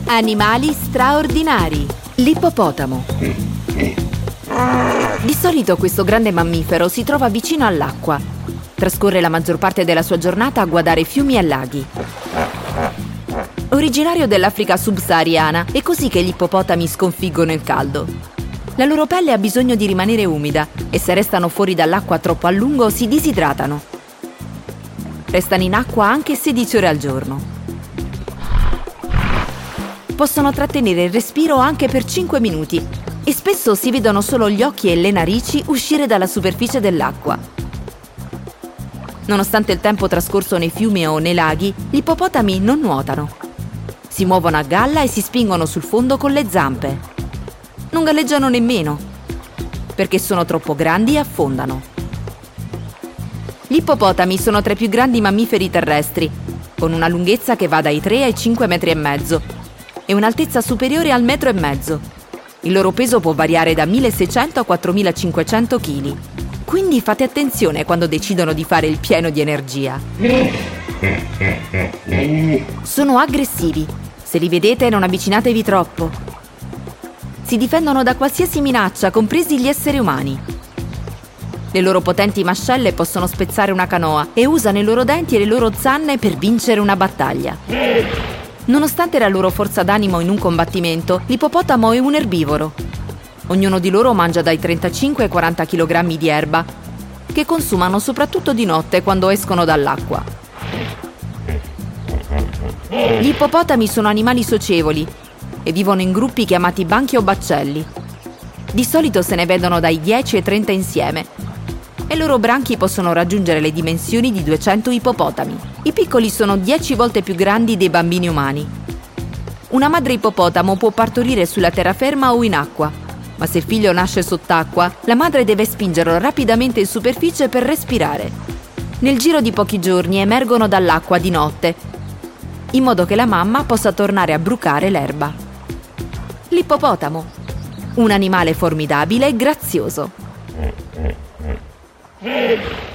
Animali straordinari. L'ippopotamo. Di solito questo grande mammifero si trova vicino all'acqua. Trascorre la maggior parte della sua giornata a guardare fiumi e laghi. Originario dell'Africa subsahariana, è così che gli ippopotami sconfiggono il caldo. La loro pelle ha bisogno di rimanere umida e se restano fuori dall'acqua troppo a lungo si disidratano. Restano in acqua anche 16 ore al giorno. Possono trattenere il respiro anche per 5 minuti e spesso si vedono solo gli occhi e le narici uscire dalla superficie dell'acqua. Nonostante il tempo trascorso nei fiumi o nei laghi, gli ippopotami non nuotano. Si muovono a galla e si spingono sul fondo con le zampe. Non galleggiano nemmeno, perché sono troppo grandi e affondano. Gli ippopotami sono tra i più grandi mammiferi terrestri, con una lunghezza che va dai 3 ai 5 metri e mezzo e un'altezza superiore al 1,5 metri. Il loro peso può variare da 1.600 a 4.500 kg. Quindi fate attenzione quando decidono di fare il pieno di energia. Sono aggressivi. Se li vedete non avvicinatevi troppo. Si difendono da qualsiasi minaccia, compresi gli esseri umani. Le loro potenti mascelle possono spezzare una canoa e usano i loro denti e le loro zanne per vincere una battaglia. Nonostante la loro forza d'animo in un combattimento, l'ippopotamo è un erbivoro. Ognuno di loro mangia dai 35 ai 40 kg di erba, che consumano soprattutto di notte quando escono dall'acqua. Gli ippopotami sono animali socievoli e vivono in gruppi chiamati banchi o baccelli. Di solito se ne vedono dai 10 ai 30 insieme e i loro branchi possono raggiungere le dimensioni di 200 ippopotami. I piccoli sono 10 volte più grandi dei bambini umani. Una madre ippopotamo può partorire sulla terraferma o in acqua, ma se il figlio nasce sott'acqua, la madre deve spingerlo rapidamente in superficie per respirare. Nel giro di pochi giorni emergono dall'acqua di notte, in modo che la mamma possa tornare a brucare l'erba. L'ippopotamo, un animale formidabile e grazioso.